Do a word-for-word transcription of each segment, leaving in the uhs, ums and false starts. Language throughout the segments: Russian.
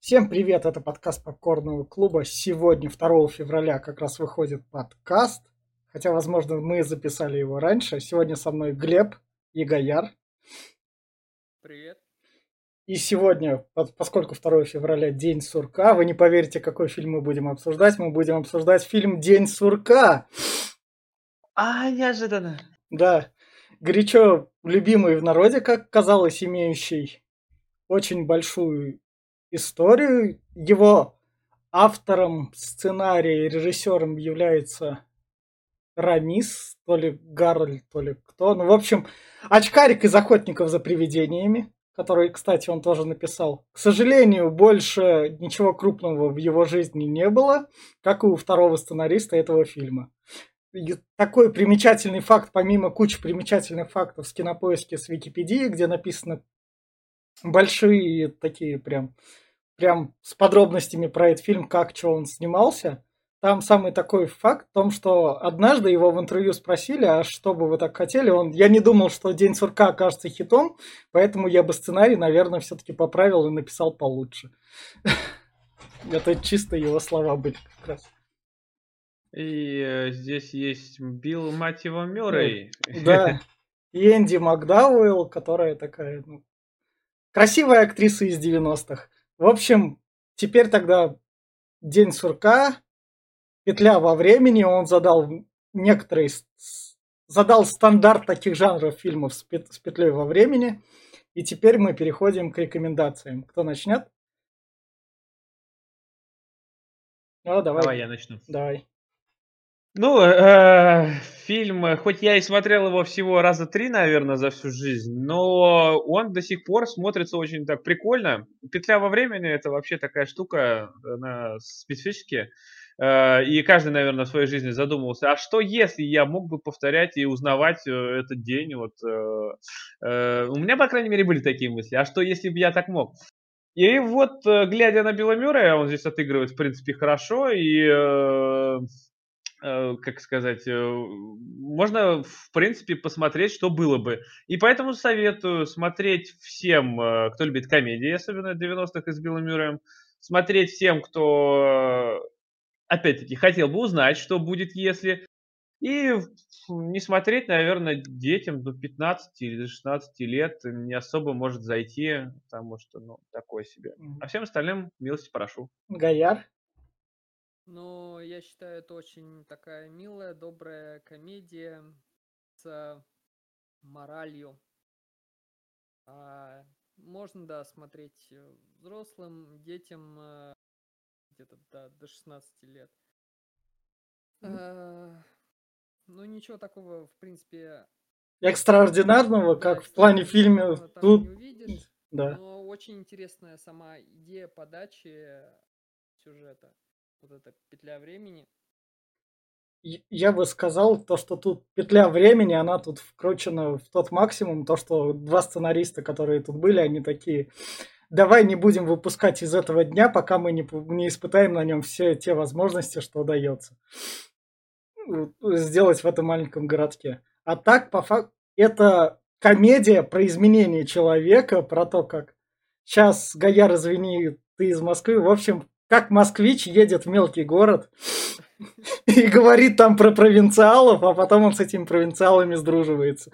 Всем привет, это подкаст Попкорного клуба. Сегодня, второго февраля, как раз выходит подкаст. Хотя, возможно, мы записали его раньше. Сегодня со мной Глеб и Гаяр. Привет. И сегодня, поскольку второго февраля день сурка, вы не поверите, какой фильм мы будем обсуждать. Мы будем обсуждать фильм «День сурка». А, неожиданно. Да, горячо любимый в народе, как казалось, имеющий очень большую историю. Его автором сценария и режиссером является Рамис, то ли Гарль, то ли кто. Ну, в общем, очкарик из «Охотников за привидениями», который, кстати, он тоже написал. К сожалению, больше ничего крупного в его жизни не было, как и у второго сценариста этого фильма. И такой примечательный факт, помимо кучи примечательных фактов с Кинопоиски, с Википедии, где написано большие такие прям, прям с подробностями про этот фильм, как, что он снимался. Там самый такой факт в том, что однажды его в интервью спросили, а что бы вы так хотели? Он, я не думал, что «День сурка» окажется хитом, поэтому я бы сценарий, наверное, все-таки поправил и написал получше. Это чисто его слова были как раз. И э, здесь есть Билл, мать его, Мюррей. Да, и Энди Макдауэлл, которая такая, ну, красивая актриса из девяностых. В общем, теперь тогда «День сурка», петля во времени, он задал некоторые, задал стандарт таких жанров фильмов с петлей во времени. И теперь мы переходим к рекомендациям. Кто начнет? Ну, давай. Давай я начну. Давай. Ну, э, фильм, хоть я и смотрел его всего раза три, наверное, за всю жизнь, но он до сих пор смотрится очень так прикольно. «Петля во времени» — это вообще такая штука, она специфическая. И каждый, наверное, в своей жизни задумывался, а что если я мог бы повторять и узнавать этот день? Вот, э, у меня, по крайней мере, были такие мысли. А что если бы я так мог? И вот, глядя на Билла Мюррея, он здесь отыгрывает, в принципе, хорошо, и, э, э, как сказать, э, можно, в принципе, посмотреть, что было бы. И поэтому советую смотреть всем, кто любит комедии, особенно девяностых, и с Биллом Мюрреем, смотреть всем, кто, опять-таки, хотел бы узнать, что будет, если, и не смотреть, наверное, детям до пятнадцати или до шестнадцати лет не особо может зайти, потому что, ну, такое себе. А всем остальным милости прошу. Гаяр? Ну, я считаю, это очень такая милая, добрая комедия с моралью. А, можно, да, смотреть взрослым, детям где-то до, до шестнадцати лет. А, ну, ничего такого, в принципе... Экстраординарного, да, как в плане фильма. там Тут... не увидишь, да. Но очень интересная сама идея подачи сюжета. Вот эта петля времени. Я бы сказал, то, что тут петля времени, она тут вкручена в тот максимум, то, что два сценариста, которые тут были, они такие, давай не будем выпускать из этого дня, пока мы не, не испытаем на нем все те возможности, что удается сделать в этом маленьком городке. А так, по факту, это комедия про изменение человека, про то, как сейчас, Гаяр, извини, ты из Москвы, в общем, как москвич едет в мелкий город и говорит там про провинциалов, а потом он с этими провинциалами сдруживается.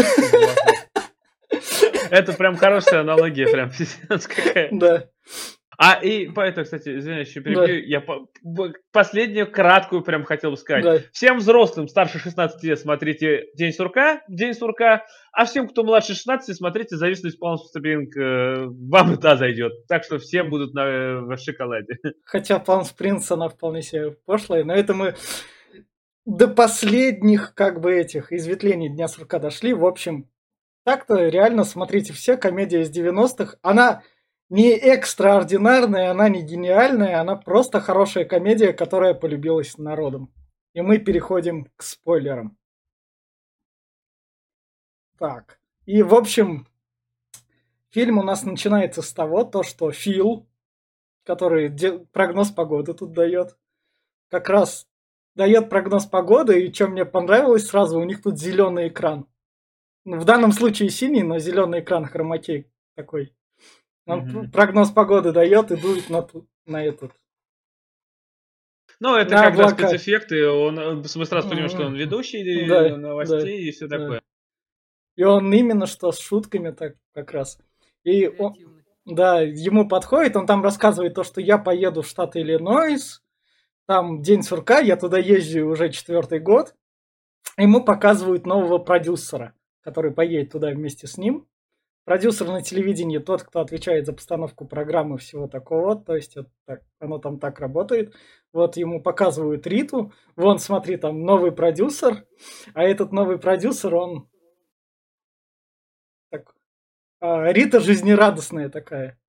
Это прям хорошая аналогия, прям какая. Да. А, и поэтому, кстати, извиняюсь, еще перебью, да. Я по- последнюю краткую прям хотел бы сказать. Да. Всем взрослым старше шестнадцати лет смотрите «День сурка», «День сурка», а всем, кто младше шестнадцати, смотрите «Завистливость Палм Спрингс», вам и та зайдет. Так что все будут на, в шоколаде. Хотя Палм Спрингс, она вполне себе пошлая, но это мы до последних, как бы, этих изветвлений Дня сурка дошли. В общем, так-то реально смотрите все, комедия из девяностых, она... не экстраординарная, она не гениальная, она просто хорошая комедия, которая полюбилась народом. И мы переходим к спойлерам. Так, и в общем, фильм у нас начинается с того, то, что Фил, который де- прогноз погоды тут дает, как раз дает прогноз погоды, и что мне понравилось сразу, у них тут зеленый экран. В данном случае синий, но зеленый экран хромакей такой. Он Мгм. прогноз погоды дает и дует на, ту- на этот, Ну, это на когда облака. спецэффекты, он, э, мы сразу понимаем, что он Мгм. ведущий Да, да, новостей и все да. такое. И он именно что с шутками так как раз. И он, Креативный. да, ему подходит, он там рассказывает то, что я поеду в штат Иллинойс, там день сурка, я туда езжу уже четвертый год. Ему показывают нового продюсера, который поедет туда вместе с ним. Продюсер на телевидении тот, кто отвечает за постановку программы, всего такого. То есть это так, оно там так работает. Вот ему показывают Риту. Вон, смотри, там новый продюсер. А этот новый продюсер, он... Так, а, Рита жизнерадостная такая.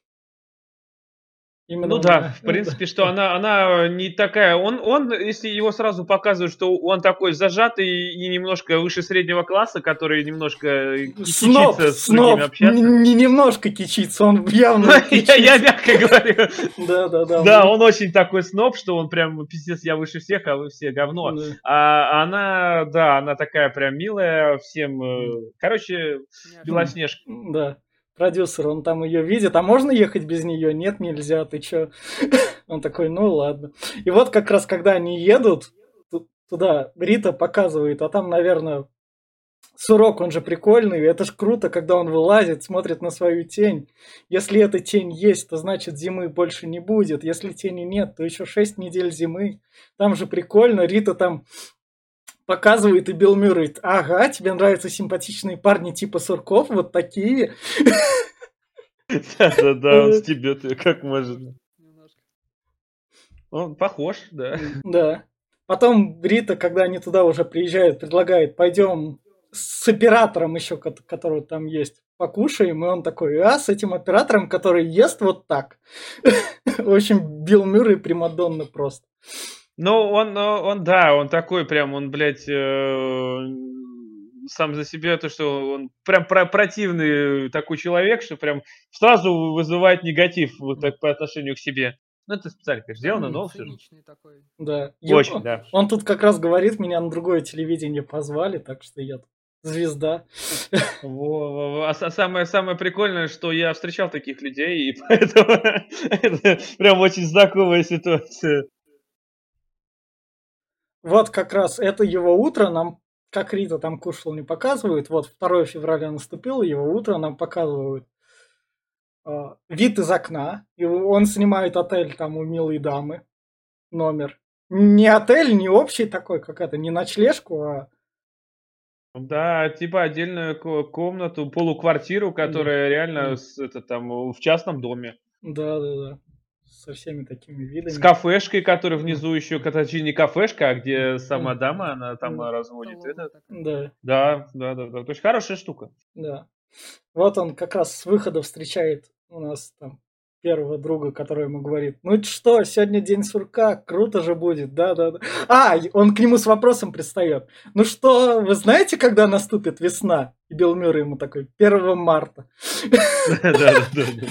Именно Ну он, да, а, в да, принципе, что да. она, она не такая. Он, он, если его сразу показывают, что он такой зажатый и немножко выше среднего класса, который немножко Сноб, кичится с другими сноб. общаться. Н- Не немножко кичится, он Ну, явно я, я кичится. мягко говорю. Да, да, да. Да, мы- он очень такой сноб, что он прям, пиздец, я выше всех, а вы все говно. да. А она, да, она такая прям милая, всем, э, короче, Няшка. Белоснежка. Да. Продюсер, он там ее видит. А можно ехать без нее? Нет, нельзя. Ты чё? Он такой, ну ладно. И вот как раз когда они едут ту- туда, Рита показывает, а там, наверное, Сурок, он же прикольный. Это ж круто, когда он вылазит, смотрит на свою тень. Если эта тень есть, то значит зимы больше не будет. Если тени нет, то еще шесть недель зимы. Там же прикольно. Рита там показывает, и Билл Мюррей: ага, тебе нравятся симпатичные парни типа Сурков, вот такие. Да-да-да, он Э, стебет ее как может. Немножко. Он похож, да. Да. Потом Рита, когда они туда уже приезжают, предлагает: пойдем с оператором еще, кот- который там есть, покушаем. И он такой: а, с этим оператором, который ест вот так. В общем, Билл Мюррей примадонна просто. Ну, он, э, он, да, он такой прям, он, блядь, э, сам за себя, то, что он прям про- противный такой человек, что прям сразу вызывает негатив вот так по отношению к себе. Ну, это специально, конечно, сделано, Мгм. но все же. Циничный такой. Да. Очень, Ё- да. Он тут как раз говорит, меня на другое телевидение позвали, так что я тут звезда. Во-во-во. А са- самое, самое прикольное, что я встречал таких людей, и поэтому это прям очень знакомая ситуация. Вот как раз это его утро нам, как Рита там кушал, не показывают. Вот второе февраля наступило, его утро нам показывают а, вид из окна. И он снимает отель там у милой дамы, номер. Не отель, не общий такой, как это, не ночлежку, а Да, типа отдельную ко- комнату, полуквартиру, да, которая реально да, с, это, там, в частном доме. да, да, да, со всеми такими С видами. кафешкой, которая М, внизу еще, точнее не кафешка, а где сама м, дама, она там м, э, разводит Столовая этот. такая. Да, Да, да, да, да. То есть хорошая штука. да. Вот он как раз с выхода встречает у нас там первого друга, который ему говорит: ну это что, сегодня день сурка, круто же будет, да-да-да. А, и он к нему с вопросом пристает: ну что, вы знаете, когда наступит весна? И Билл Мюррей ему такой: первого марта. Да, да, да, да.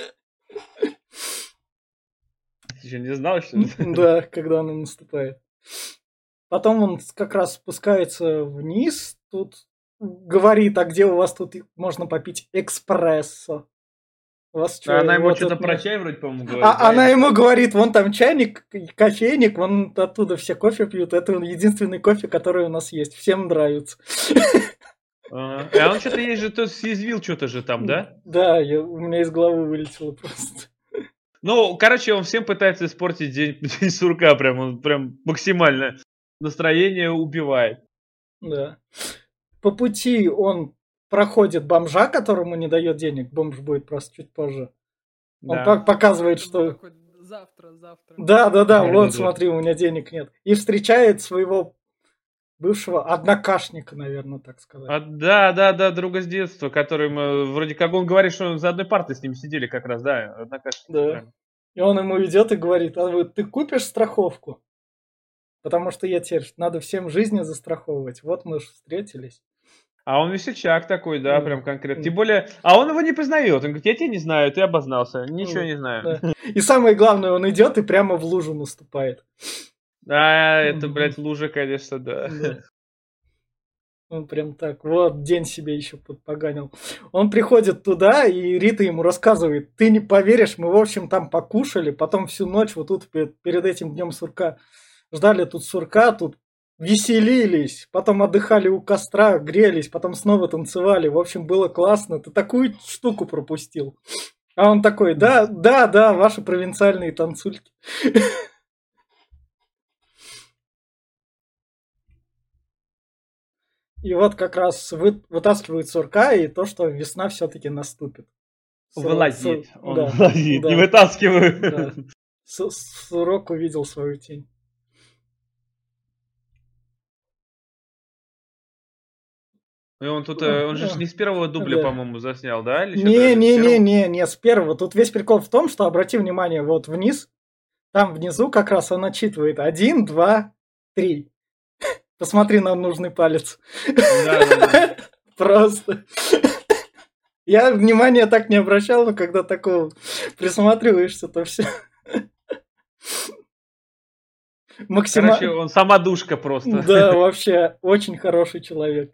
Ты еще не знал, что ли? Да, когда она наступает. Потом он с- как раз спускается вниз, тут говорит: а где у вас тут и- можно попить эспрессо? У вас А что, она ему вот что-то это про нет? чай вроде, по-моему, говорит, А да? она Или... ему говорит: вон там чайник, и кофейник, вон оттуда все кофе пьют. Это единственный кофе, который у нас есть. Всем нравится. Ага. А он что-то ей же то съязвил что-то же там, да? Да, я- у меня из головы вылетело просто. Ну, короче, он всем пытается испортить день, день сурка, прям, он прям максимально настроение убивает. Да. По пути он проходит бомжа, которому не дает денег. Бомж будет просто чуть позже. Он Да. пок- А, показывает, поэтому что такой, завтра, завтра. да, да, да, Да, вот да, да. смотри, у меня денег нет. И встречает своего бывшего однокашника, наверное, так сказать. А, да, да, да, друга с детства, который мы, вроде как он говорит, что за одной партой с ним сидели как раз, да, однокашники, Да. правильно. И он ему идет и говорит: а вот ты купишь страховку? Потому что я теперь надо всем жизни застраховывать. Вот мы же встретились. А он весельчак такой, да, М, прям конкретно. Тем м, более, а он его не признает. Он говорит, я тебя не знаю, ты обознался. Ничего м, не знаю. да. И самое главное, он идет и прямо в лужу наступает. А, это, Мгм. блядь, лужа, конечно, да. Да. Он прям так, вот, день себе еще подпоганил. Он приходит туда, и Рита ему рассказывает, ты не поверишь, мы, в общем, там покушали, потом всю ночь вот тут перед, перед этим днем сурка ждали тут сурка, тут веселились, потом отдыхали у костра, грелись, потом снова танцевали. В общем, было классно. Ты такую штуку пропустил. А он такой, да, да, да, ваши провинциальные танцульки. И вот как раз вы, вытаскивают сурка, и то, что весна все-таки наступит. Сурок, Вылазит. сур, Он да, вылазит. да, Не вытаскиваю. да. Су- Сурок увидел свою тень. И он тут, э, он же ж не с первого дубля, Да. по-моему, заснял, да? Или что-то Не, с не, не, первого? не, не, с первого. Тут весь прикол в том, что обрати внимание, вот вниз, там внизу как раз он отчитывает один, два, три. Посмотри на нужный палец. Да, да, да. Просто. Я внимания так не обращал, но когда такого присматриваешься, то все. Максимально. Короче, он самодушка просто. Да, вообще очень хороший человек.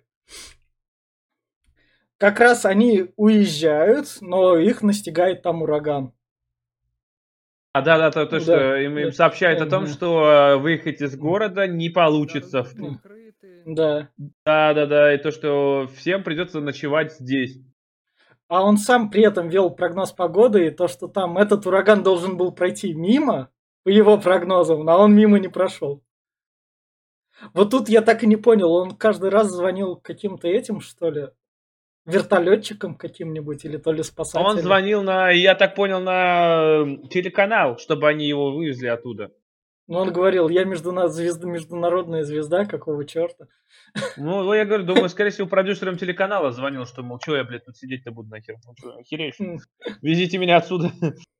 Как раз они уезжают, но их настигает там ураган. А, да, да, то, то Да, что им, им да. сообщают о том, Мгм. что э, выехать из города не получится. Дороги М. перекрыты. Да. Да, да, да, и то, что всем придется ночевать здесь. А он сам при этом вел прогноз погоды, и то, что там этот ураган должен был пройти мимо, по его прогнозам, а он мимо не прошел. Вот тут я так и не понял, он каждый раз звонил каким-то этим, что ли, вертолетчикам каким-нибудь, или то ли Он спасателям. звонил на, я так понял, на э, телеканал, чтобы они его вывезли оттуда. Но он говорил, я междуна- звезда, международная звезда, какого черта. Ну, ну, я говорю, думаю, скорее всего, продюсерам телеканала звонил, что, мол, что я, блядь, тут сидеть-то буду нахер? Ну что, охереешь? М. Везите меня отсюда.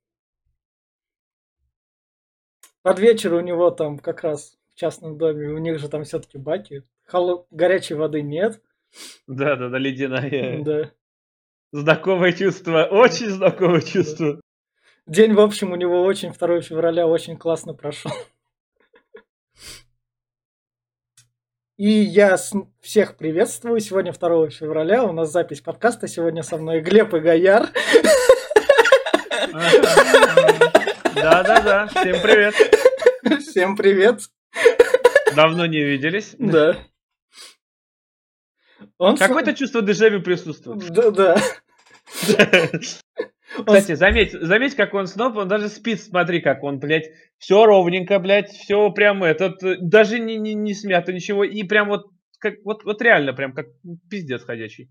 Под вечер у него там как раз в частном доме, у них же там все-таки баки, холо- горячей воды нет. Да, да, да, ледяная. Да. Знакомое чувство, очень знакомое чувство. День, в общем, у него очень второго февраля очень классно прошел. И я с- всех приветствую. Сегодня второго февраля. У нас запись подкаста. Сегодня со мной Глеб и Гояр. Да, да, да. Всем привет. Всем привет. Давно не виделись. Да. Он с- Какое-то чувство дежавю присутствует. Да, да. Он Кстати, заметь, заметь, как он сноп, он даже спит, смотри, как он, блядь, все ровненько, блядь, все прям этот, э, даже не, не, не смято ничего, и прям вот, как, вот, вот реально, прям как пиздец ходячий.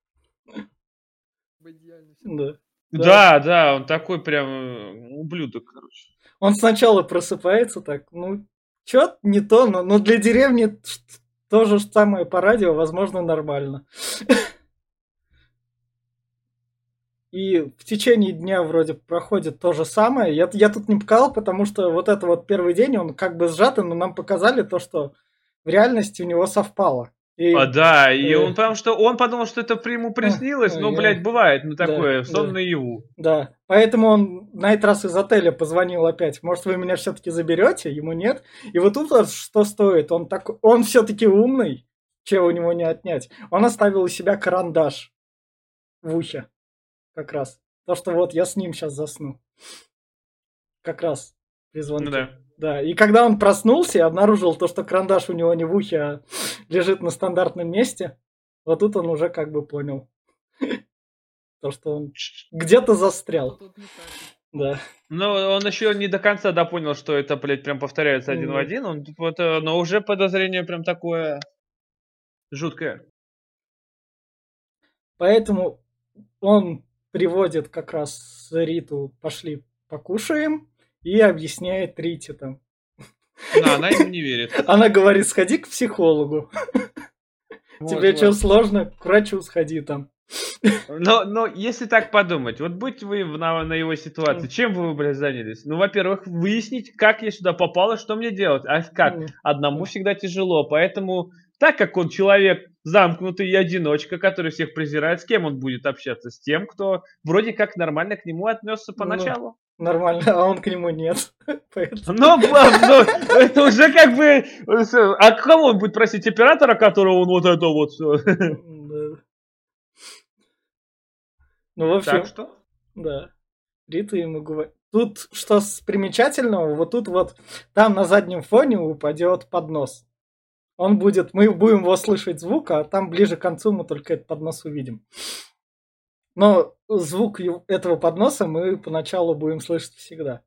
Идеально всё. Да. Да. Да, да, он такой прям э, ублюдок, короче. Он сначала просыпается так, ну, чё не то, но, но для деревни ш- то же самое по радио, возможно, нормально. И в течение дня вроде проходит то же самое. Я, я тут не пкал, потому что вот это вот первый день, он как бы сжатый, но нам показали то, что в реальности у него совпало. И, А, да, и э, он потому что он подумал, что это при- ему приснилось, а, но, я- блядь, бывает, ну да, такое, сон да. наяву. Да, поэтому он на этот раз из отеля позвонил опять. Может, вы меня все-таки заберете? Ему нет. И вот тут вот что стоит. Он так, он все-таки умный, чего у него не отнять. Он оставил у себя карандаш в ухе, как раз. То, что вот я с ним сейчас засну. Как раз при звонке. Ну да. Да, и когда он проснулся и обнаружил то, что карандаш у него не в ухе, а лежит на стандартном месте, вот тут он уже как бы понял. То, что он где-то Что застрял. тут не так? Да. Ну, он еще не до конца допонял, что это, блядь, прям повторяется один в Мгм. один. Он, вот, э, но уже подозрение прям такое жуткое. Поэтому он приводит как раз Риту, пошли покушаем, и объясняет Рите там. Да, она ему не верит. Она говорит, сходи к психологу. Вот, Тебе вот. что, сложно? К врачу сходи там. Но, но если так подумать, вот будь вы в- на, на его ситуации, М. чем бы вы, блядь, занялись? Ну, во-первых, выяснить, как я сюда попал и что мне делать. А как? М. Одному М. всегда тяжело. Поэтому, так как он человек замкнутый и одиночка, который всех презирает, с кем он будет общаться? С тем, кто вроде как нормально к нему отнесся Ну, поначалу. нормально, а он к нему нет. Поэтому... Ну, ну, это уже как бы... А кого он будет просить? Оператора, которого он вот это вот все? Да. Ну, в общем, Так что? да. Рита ему говорит. Тут что с примечательного, вот тут вот, там на заднем фоне упадет поднос. Он будет, мы будем его слышать звук, а там ближе к концу мы только этот поднос увидим. Но звук ев- этого подноса мы поначалу будем слышать всегда.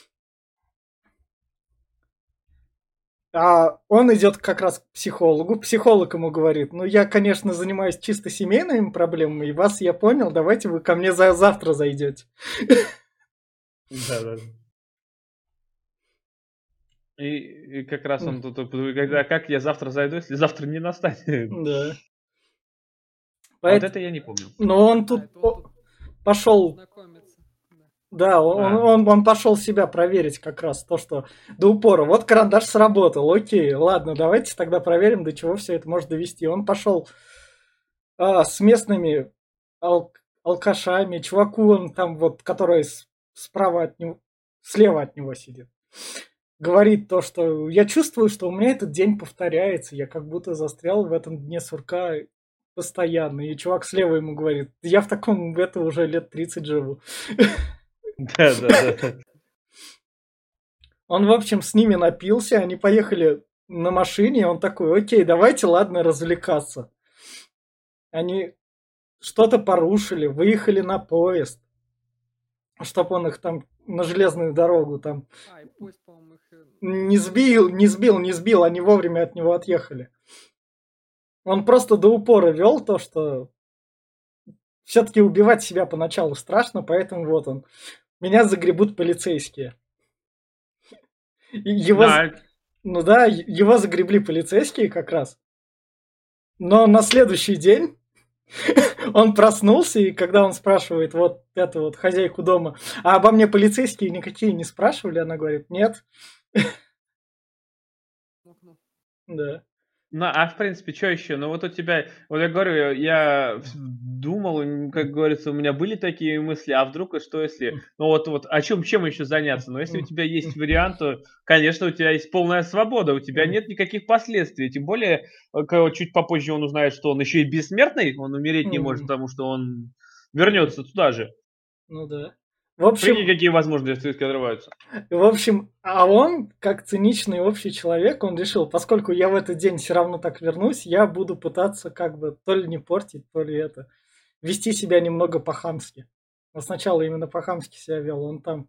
А он идет как раз к психологу. Психолог ему говорит, ну я, конечно, занимаюсь чисто семейными проблемами, и вас я понял, давайте вы ко мне за завтра зайдете. Да, да. И, и как раз он тут, когда как я завтра зайду, если завтра не настанет. Да. А вот Поэт- это я не помню. Но он А, тут это он тут пошел, знакомится. Да. да, он, А. он, он пошел себя проверить как раз то, что до упора. Вот карандаш сработал, окей, ладно, давайте тогда проверим, до чего все это может довести. Он пошел а, с местными ал- алкашами, чуваку, он там вот, который с- справа от него, слева от него сидит. Говорит то, что я чувствую, что у меня этот день повторяется, я как будто застрял в этом дне сурка постоянно. И чувак слева ему говорит, я в таком это уже лет тридцать живу. Да, да, да. Он, в общем, с ними напился, они поехали на машине, и он такой, окей, давайте, ладно, развлекаться. Они что-то порушили, выехали на поезд, чтобы он их там на железную дорогу там А, и поезд, по-моему, их... э, не сбил, не сбил, не сбил, они вовремя от него отъехали. Он просто до упора вел то, что все-таки убивать себя поначалу страшно, поэтому вот он. Меня загребут полицейские. И Его, з- Да, ну да, е- его загребли полицейские как раз. Но на следующий день он проснулся, и когда он спрашивает вот эту вот хозяйку дома, а обо мне полицейские никакие не спрашивали, она говорит, нет, мукнул. да. Ну, а в принципе, что еще? Ну, вот у тебя, вот я говорю, я вс- думал, м, как говорится, у меня были такие мысли, а вдруг и что если, ну вот, вот, о чем, чем еще заняться? Но если у тебя есть вариант, то, конечно, у тебя есть полная свобода, у тебя нет никаких последствий, тем более, э, когда чуть попозже он узнает, что он еще и бессмертный, он умереть не может, Мгм. потому что он вернется туда же. Ну да. В Прикинь, общем, какие возможности открываются. в общем, а он, как циничный общий человек, он решил, поскольку я в этот день все равно так вернусь, я буду пытаться как бы то ли не портить, то ли это, вести себя немного по-хамски. Но сначала именно по-хамски себя вел. Он там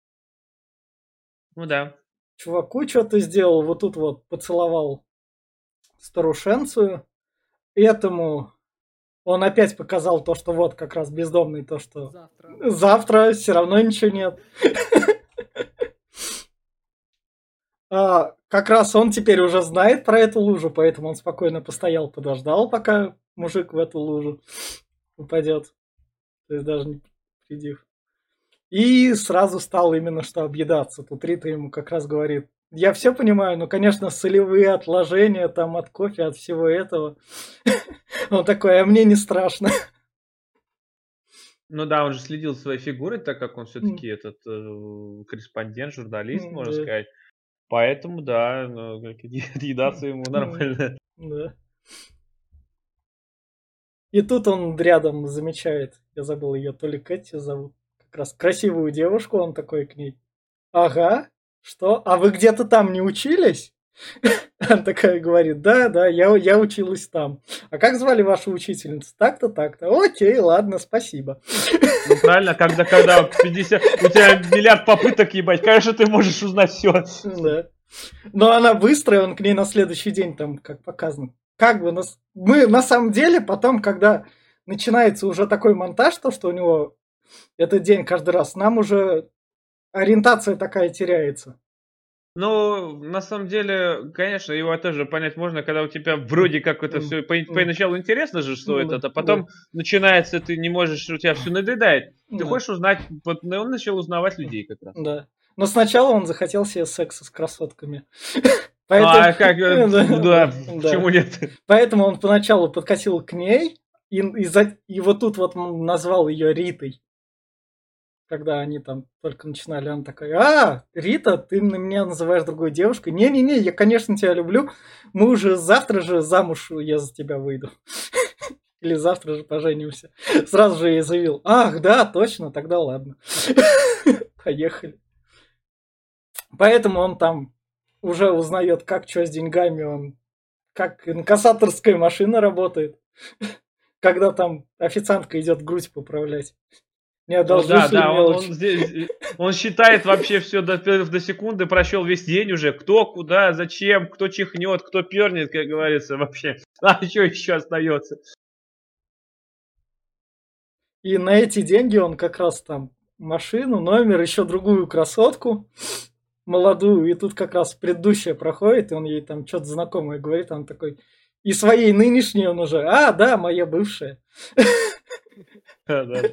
Ну да. чуваку что-то сделал, вот тут вот поцеловал старушенцию. Этому он опять показал то, что вот как раз бездомный, то, что Завтра. завтра все равно ничего нет. А, как раз он теперь уже знает про эту лужу, поэтому он спокойно постоял, подождал, пока мужик в эту лужу упадет. То есть даже не предупредив. И сразу стал именно что объедаться. Тут Рита ему как раз говорит, я все понимаю, но, конечно, солевые отложения там от кофе, от всего этого. Он такой, а мне не страшно. Ну да, он же следил за своей фигурой, так как он М, все-таки этот э, корреспондент, журналист, м, можно да, сказать. Поэтому, да, ну, как и отъедаться ему м, нормально. да. И тут он рядом замечает, я забыл ее, то ли Кэти зовут, как раз красивую девушку, он такой к ней. Ага, что? А вы где-то там не учились? Она такая говорит, да, да, я, я училась там. А как звали вашу учительницу? Так-то, так-то. Окей, ладно, спасибо. Ну правильно, когда, когда пятьдесят, у тебя миллиард попыток ебать, конечно, ты можешь узнать все. Да. Но она быстрая, он к ней на следующий день там, как показано. Как бы нас... Мы на самом деле потом, когда начинается уже такой монтаж, то, что у него этот день каждый раз, нам уже ориентация такая теряется. Ну, на самом деле, конечно, его тоже понять можно, когда у тебя вроде как это М, все м, поначалу интересно же, что м, это, да, а потом начинается, ты не можешь, у тебя все надоедает. Ты да, хочешь узнать, вот, ну, он начал узнавать людей как раз. да. Но сначала он захотел себе секса с красотками. Поэтому, А как, э, да, фу, да, да. почему нет? Поэтому он поначалу подкатил к ней, и, и, за- и вот тут вот м, назвал ее Ритой. когда они там только начинали, она такая: а, Рита, ты на меня называешь другой девушкой? Не-не-не, я, конечно, тебя люблю. Мы уже завтра же замуж я за тебя выйду. Или завтра же поженимся. Сразу же ей заявил: ах, да, точно, тогда ладно. Поехали. Поэтому он там уже узнает, как что с деньгами, он как инкассаторская машина работает. Когда там официантка идет грудь поправлять. Не Ну одолжишь да, ли да, он, он мелочь? здесь, он считает вообще все до, до секунды, прошел весь день уже, кто, куда, зачем, кто чихнет, кто пернет, как говорится, вообще. А что еще остается? И на эти деньги он как раз там машину, номер, еще другую красотку молодую. И тут как раз предыдущая проходит, и он ей там что-то знакомое говорит, он такой: и своей нынешней он уже: а, да, моя бывшая. Да, да.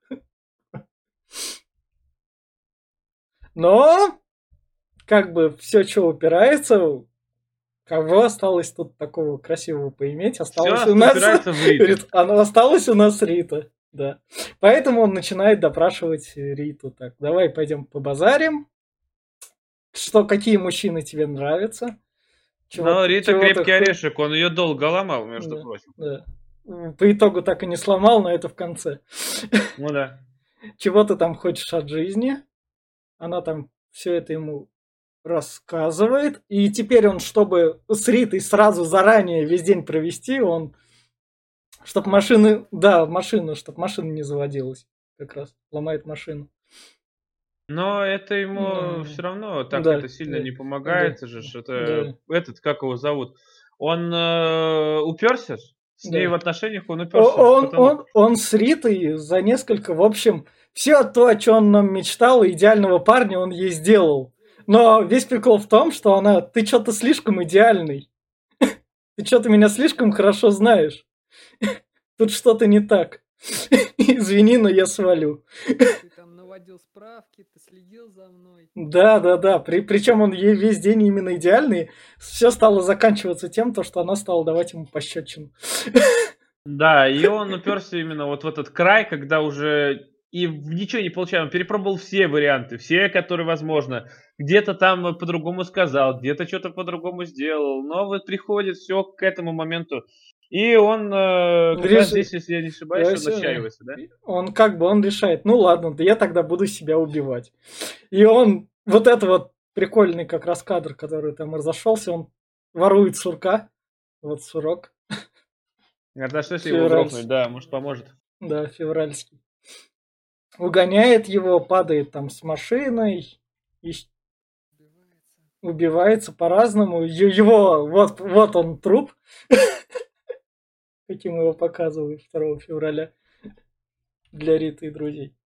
Но как бы все, что упирается, кого осталось тут такого красивого поиметь? Осталось Все у нас упирается в Риту. Рит- оно осталось у нас Рита, да. Поэтому он начинает допрашивать Риту. Так, давай пойдем побазарим. Что, какие мужчины тебе нравятся? Чего Но ты, Рита чего ты крепкий хо- орешек, он ее долго ломал, между Да, прочим. да. По итогу так и не сломал, но это в конце. Ну да. Чего ты там хочешь от жизни? Она там все это ему рассказывает. И теперь он, чтобы с Ритой сразу заранее весь день провести, он, чтобы машины, да, машину, чтобы машина не заводилась, как раз ломает машину. Но это ему Ну, все равно так да, это сильно да, не да, помогает же. ж, Это да, этот, как его зовут? Он э, уперся, с ней да. в отношениях он О- уперся, Он, потому он, он с Ритой за несколько, в общем, все то, о чем он нам мечтал, идеального парня он ей сделал. Но весь прикол в том, что она: ты что-то слишком идеальный. Ты что-то меня слишком хорошо знаешь. Тут что-то не так. Извини, но я свалю. Ты там наводил справки, ты следил за мной. Да, да, да. При, причем он ей весь день именно идеальный. Все стало заканчиваться тем, то, что она стала давать ему пощечину. да, и он уперся именно вот в этот край, когда уже и в- ничего не получаем. Он перепробовал все варианты, все, которые возможно. Где-то там э, по-другому сказал, где-то что-то по-другому сделал. Но вот приходит все к этому моменту. И он э, как раз Реши- здесь, если я не ошибаюсь, Да, он всё, да. отчаивается, да? Он как бы он решает: ну ладно, да я тогда буду себя убивать. И он, вот это вот прикольный как раз кадр, который там разошелся, он ворует сурка. Вот сурок. А да что если его грохнуть, Февральский. да, может поможет. Да, февральский. Угоняет его, падает там с машиной, и Убивается. убивается по-разному. Е- Его, вот, вот он труп, каким его показывают второго февраля для Риты и друзей.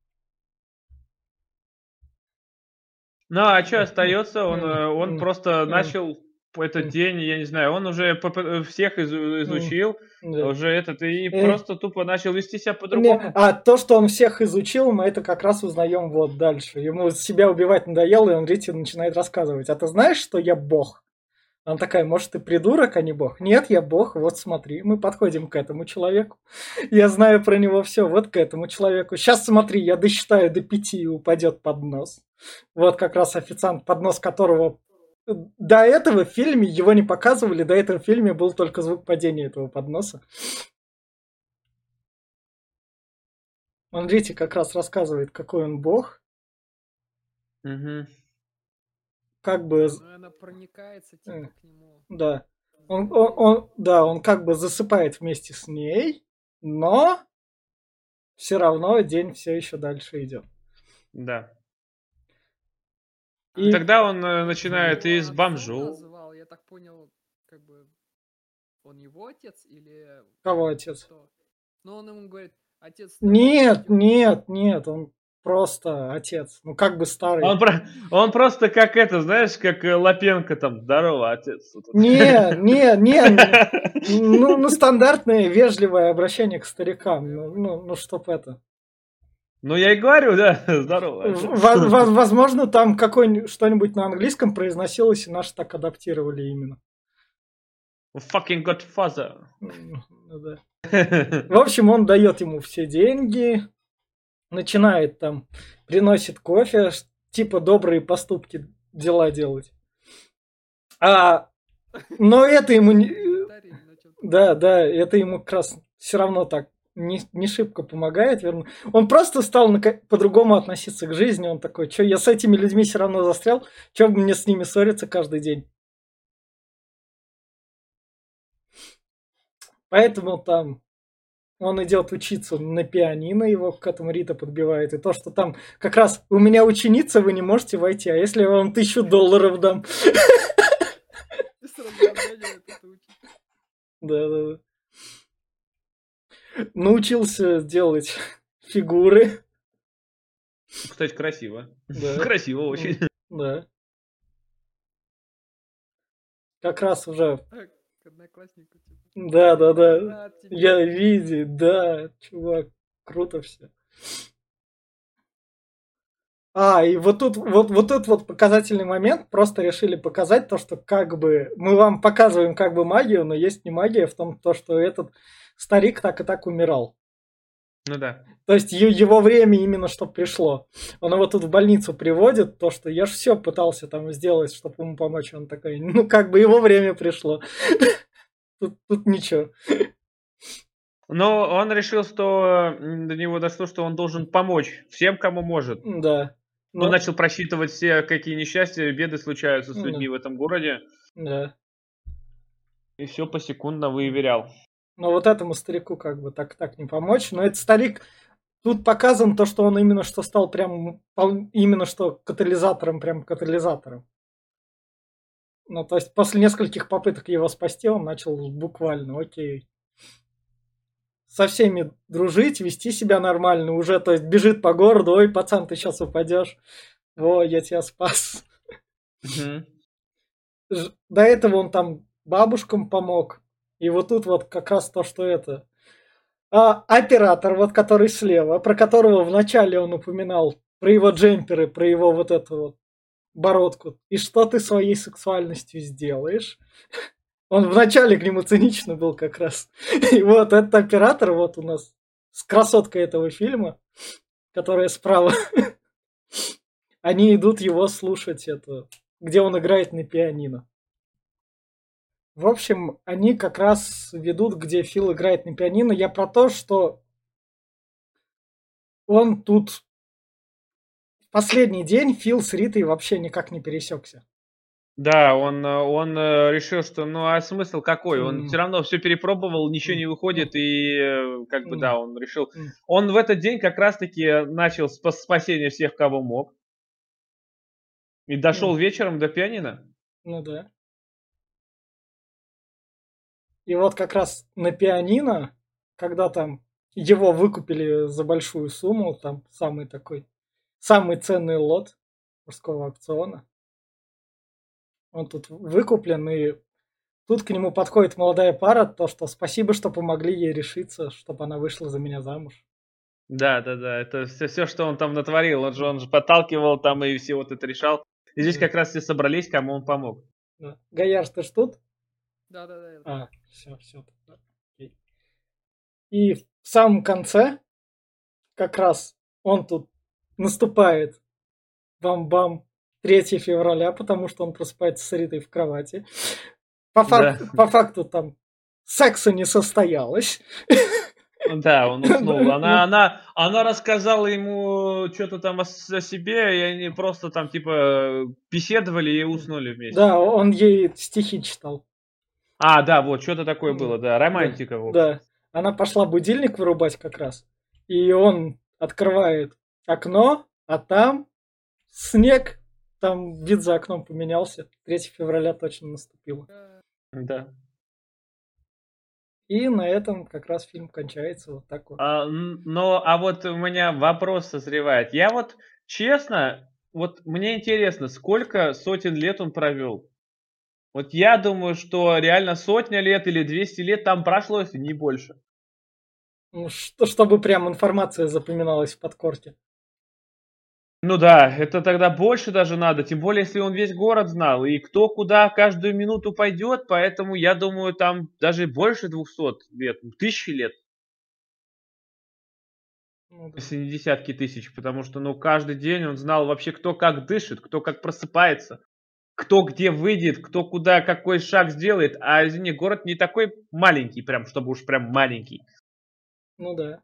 Ну, а что остается? Он, М, э, он м, просто м, начал этот м, день, я не знаю, он уже поп- э, всех изу- м, изучил, да. уже этот, и Э, просто тупо начал вести себя Не, по-другому. а то, что он всех изучил, мы это как раз узнаем вот дальше. Ему себя убивать надоело, и он Рите начинает рассказывать: а ты знаешь, что я бог? Она такая: может, ты придурок, а не бог? Нет, я бог, вот смотри, мы подходим к этому человеку. Я знаю про него все, вот к этому человеку. Сейчас смотри, я досчитаю до пяти, и упадет поднос. Вот как раз официант, поднос которого э, до этого в фильме его не показывали, до этого в фильме был только звук падения этого подноса. Он, видите, как раз рассказывает, какой он бог, Мгм. как бы, з- Ну и она проникается э, типа к нему. да, он, он, он- да, он как бы засыпает вместе с ней, но все равно день все еще дальше идет. Да. И Тогда он э, Он начинает его и с отцом бомжу. называл, я так понял, как бы он его отец или кого отец? кто? Ну он ему говорит: отец, давай Нет, пойдем. нет, нет, он просто отец, ну как бы старый. Он, про- он просто как это, знаешь, как э, Лапенко там, здорово, отец. Вот Не, не, не, н- это. ну, ну стандартное вежливое обращение к старикам, Я ну, понял. ну, ну чтоб это. Ну, я и говорю, да, здорово, отец. В- во- Возможно, там какое что-нибудь на английском произносилось, и наши так адаптировали именно. Fucking Godfather. М, ну да. В общем, он дает ему все деньги, начинает там, приносит кофе, ш- типа добрые поступки, дела делать. А, но это ему не... Комментарий начал Да, писать. да, это ему как раз все равно так не, не шибко помогает, верно. Он просто стал нака- по-другому относиться к жизни. Он такой, что я с этими людьми все равно застрял, что мне с ними ссориться каждый день. Поэтому там он идет учиться на пианино, его к этому Рита подбивает. И то, что там как раз у меня ученица, вы не можете войти, а если я вам тысячу долларов дам? И сразу отгоняет это учить. Да, да, да. Научился делать фигуры. Кстати, красиво. Да. Красиво очень. Да. Как раз уже. Так, к однокласснику типа. Да, да, да. Рад тебя Я видеть. видел, да, чувак, круто все. А, и вот тут вот, вот тут вот показательный момент. Просто решили показать то, что как бы мы вам показываем как бы магию, но есть не магия в том, то, что этот старик так и так умирал. Ну да. То есть е- его время именно что пришло. Он его тут в больницу приводит, то, что я ж все пытался там сделать, чтобы ему помочь. Он такой, ну как бы его время пришло. Тут, тут ничего. Но он решил, что м, до него дошло, что он должен помочь всем, кому может. Да. Он Но, начал просчитывать все, какие несчастья, беды случаются с да, людьми в этом городе, да. и все посекундно выверял. Но вот этому старику как бы так так не помочь. Но этот старик, тут показано то, что он именно что стал прям пол- именно что катализатором, прям катализатором. Ну, то есть после нескольких попыток его спасти, он начал буквально, окей, со всеми дружить, вести себя нормально уже, то есть бежит по городу, ой, пацан, ты сейчас упадешь, о, я тебя спас. Мгм. Ж- До этого он там бабушкам помог, и вот тут вот как раз то, что это. А оператор, вот который слева, про которого вначале он упоминал, про его джемперы, про его вот эту вот бородку, и что ты своей сексуальностью сделаешь? Он вначале к нему цинично был как раз. И вот этот оператор вот у нас с красоткой этого фильма, которая справа, они идут его слушать, это, где он играет на пианино. В общем, они как раз ведут, где Фил играет на пианино. Я про то, что он тут в последний день Фил с Ритой вообще никак не пересекся. Да, он, э, он э, решил, что ну а смысл какой? Он М, все равно все перепробовал, ничего м, не м, выходит, и э, как бы м, да, он решил. м. Он в этот день как раз-таки начал спа- спасение всех, кого мог, и дошел Ну, вечером до пианино. ну да. И вот как раз на пианино, когда там его выкупили за большую сумму, там самый такой, самый ценный лот мужского аукциона, он тут выкуплен, и тут к нему подходит молодая пара, то, что спасибо, что помогли ей решиться, чтобы она вышла за меня замуж. Да, да, да, это все, все, что он там натворил. Он же, он же подталкивал там и все вот это решал. И здесь Да, как раз все собрались, кому он помог. да. Гояр, ты ж тут? Да-да-да, я тут. А, все, все. И в самом конце как раз он тут наступает бам-бам третьего февраля, потому что он просыпается с Ритой в кровати. По Да, факту, по факту там секса не состоялось. да, он уснул. Она, она, она рассказала ему что-то там о, с- о себе, и они просто там типа беседовали и уснули вместе. Да, он ей стихи читал. А, да, вот, что-то такое М, было, да, Да, романтика, в общем. да. Она пошла будильник вырубать как раз. И он открывает окно, а там снег, там вид за окном поменялся. третьего февраля точно наступило. Э, Да. И на этом как раз фильм кончается вот так вот. А, н- но, а вот у меня вопрос созревает. Я вот, честно, вот мне интересно, сколько сотен лет он провел? Вот я думаю, что реально сотня лет или двести лет там прошло, если не больше. Ну, что, чтобы прям информация запоминалась в подкорке. Ну да, это тогда больше даже надо, тем более, если он весь город знал, и кто куда каждую минуту пойдет, поэтому я думаю, там даже больше двухсот лет, ну, тысячи лет. Ну да. если не десятки тысяч, потому что, ну, каждый день он знал вообще, кто как дышит, кто как просыпается, кто где выйдет, кто куда какой шаг сделает. А извини, город не такой маленький, прям, чтобы уж прям маленький. Ну да.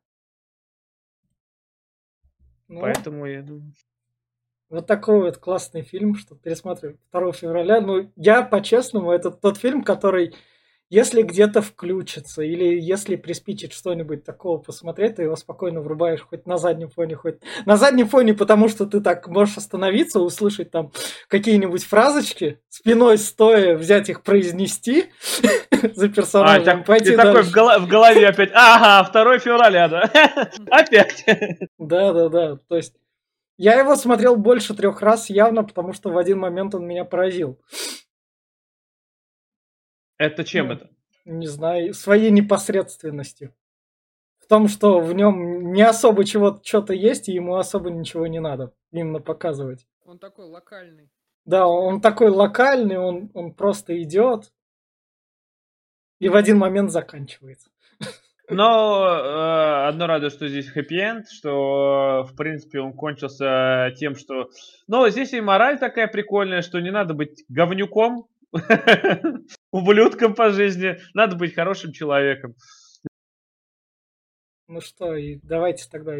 Ну, Поэтому я думаю. вот такой вот классный фильм, что пересматривать второго февраля. Ну, я по-честному, это тот фильм, который, если где-то включится, или если приспичит что-нибудь такого посмотреть, ты его спокойно врубаешь хоть на заднем фоне, хоть на заднем фоне, потому что ты так можешь остановиться, услышать там какие-нибудь фразочки, спиной стоя взять их произнести за А, персонажем, так, пойти и такой в, дальше. голо- в голове опять, ага, второго февраля, да? Опять. Да, да, да. То есть я его смотрел больше трех раз явно, потому что в один момент он меня поразил. Это чем Ну, это? не знаю, своей непосредственностью. В том, что в нем не особо чего-то что-то есть, и ему особо ничего не надо именно показывать. Он такой локальный. Да, он такой локальный, он, он просто идет и в один момент заканчивается. Но э, одно радует, что здесь хэппи-энд, что, в принципе, он кончился тем, что... Но здесь и мораль такая прикольная, что не надо быть говнюком, ублюдком по жизни, надо быть хорошим человеком. Ну что, и давайте тогда...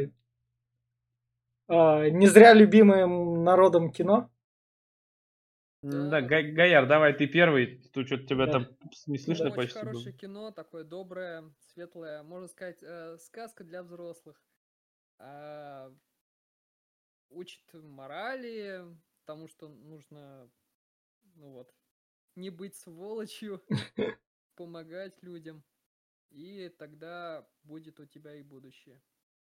а, не зря любимым народом кино. М, Да, Да, Га- Гаяр, давай ты первый. Тут что-то тебя Да. там не слышно очень почти хорошее было. кино, такое доброе, светлое, можно сказать, э, сказка для взрослых. А, учит морали, тому, что нужно, ну вот, не быть сволочью, помогать людям, и тогда будет у тебя и будущее.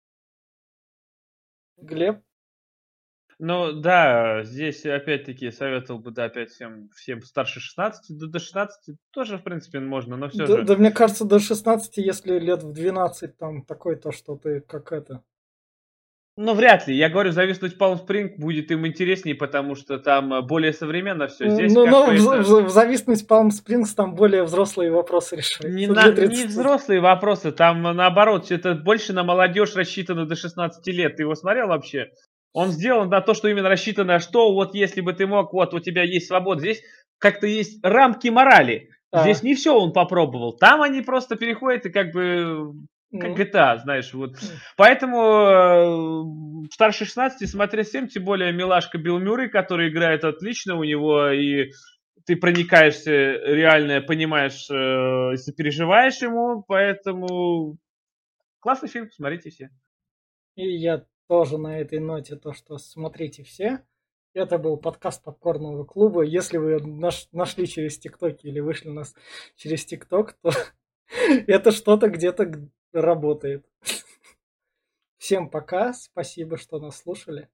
Вот так. Глеб? Ну да, здесь опять-таки советовал бы, да, опять всем, всем старше шестнадцати, да, до шестнадцати тоже, в принципе, можно, но все Да, же. да мне кажется, до шестнадцати, если лет в двенадцать там такой, то что ты как это... Ну, вряд ли. Я говорю, зависнуть в Palm Spring будет им интереснее, потому что там э, более современно все. Здесь Ну, как ну бы в, это в- в зависимости Palm Springs там более взрослые вопросы не, решаются на, для не тридцати. взрослые вопросы, там э, наоборот, это больше на молодежь рассчитано до шестнадцати лет. Ты его смотрел вообще? Он сделан на то, что именно рассчитано, что вот если бы ты мог, вот у тебя есть свобода. Здесь как-то есть рамки морали. Здесь А, не все он попробовал. Там они просто переходят и как бы как ну, джи ти эй, знаешь, вот. м, Поэтому э, старше шестнадцати смотреть всем, тем более милашка Билл Мюррей, который играет отлично у него, и ты проникаешься реально, понимаешь, э, сопереживаешь ему, поэтому классный фильм, смотрите все. и я тоже на этой ноте то, что смотрите все. Это был подкаст Попкорного клуба. Если вы наш- нашли через ТикТок или вышли у нас через ТикТок, то это что-то где-то г- работает. Всем пока, спасибо, что нас слушали.